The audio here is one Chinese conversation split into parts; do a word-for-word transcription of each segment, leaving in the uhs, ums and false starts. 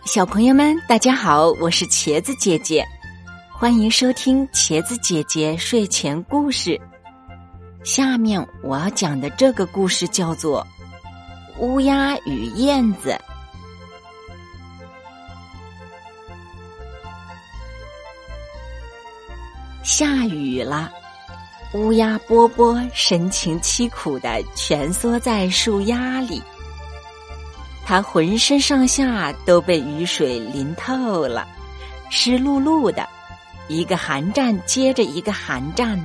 小朋友们，大家好，我是茄子姐姐，欢迎收听茄子姐姐睡前故事。下面我要讲的这个故事叫做《乌鸦与燕子》。下雨了，乌鸦波波神情凄苦地蜷缩在树丫里，它浑身上下都被雨水淋透了，湿漉漉的，一个寒战接着一个寒战。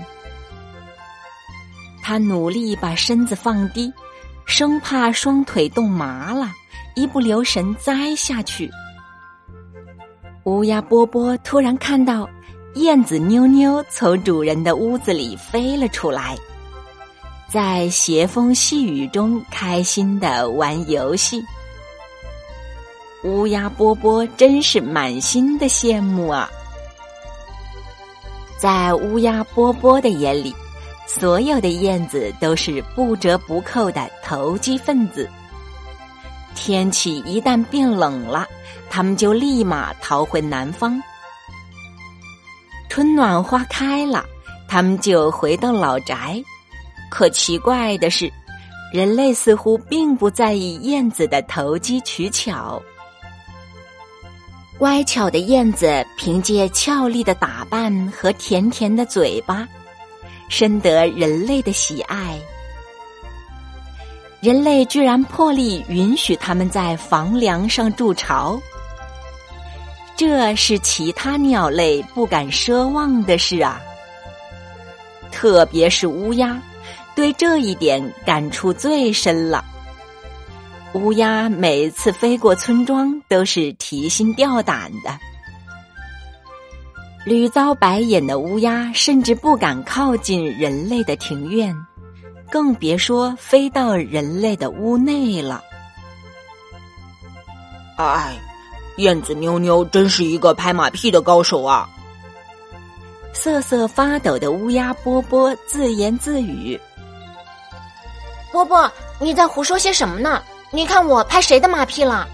它努力把身子放低，生怕双腿冻麻了，一不留神栽下去。乌鸦波波突然看到燕子妞妞从主人的屋子里飞了出来，在斜风细雨中开心地玩游戏。乌鸦波波真是满心的羡慕啊！在乌鸦波波的眼里，所有的燕子都是不折不扣的投机分子。天气一旦变冷了，它们就立马逃回南方。春暖花开了，它们就回到老宅。可奇怪的是，人类似乎并不在意燕子的投机取巧。乖巧的燕子凭借俏丽的打扮和甜甜的嘴巴，深得人类的喜爱。人类居然破例允许它们在房梁上筑巢，这是其他鸟类不敢奢望的事啊！特别是乌鸦，对这一点感触最深了。乌鸦每次飞过村庄都是提心吊胆的，屡遭白眼的乌鸦甚至不敢靠近人类的庭院，更别说飞到人类的屋内了。 哎，燕子妞妞真是一个拍马屁的高手啊！ 瑟瑟发抖的乌鸦波波自言自语： 波波，你在胡说些什么呢？你看我拍谁的马屁了？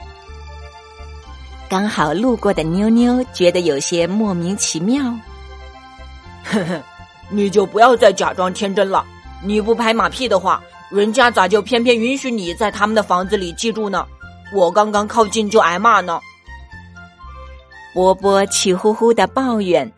刚好路过的妞妞觉得有些莫名其妙。 呵呵，你就不要再假装天真了。你不拍马屁的话，人家咋就偏偏允许你在他们的房子里记住呢？我刚刚靠近就挨骂呢。 波波气呼呼地抱怨：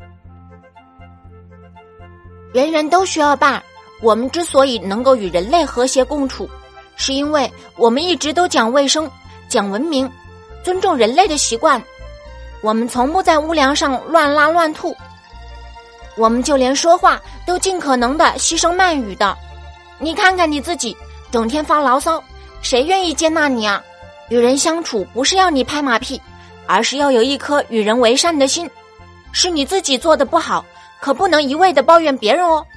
人人都需要伴，我们之所以能够与人类和谐共处，是因为我们一直都讲卫生、讲文明，尊重人类的习惯。我们从不在屋梁上乱拉乱吐，我们就连说话都尽可能的牺牲慢语的。你看看你自己，整天发牢骚，谁愿意接纳你啊？与人相处不是要你拍马屁，而是要有一颗与人为善的心。是你自己做的不好，可不能一味的抱怨别人哦。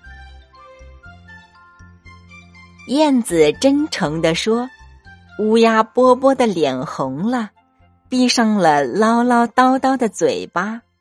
燕子真诚地说，乌鸦波波的脸红了，闭上了唠唠叨叨的嘴巴。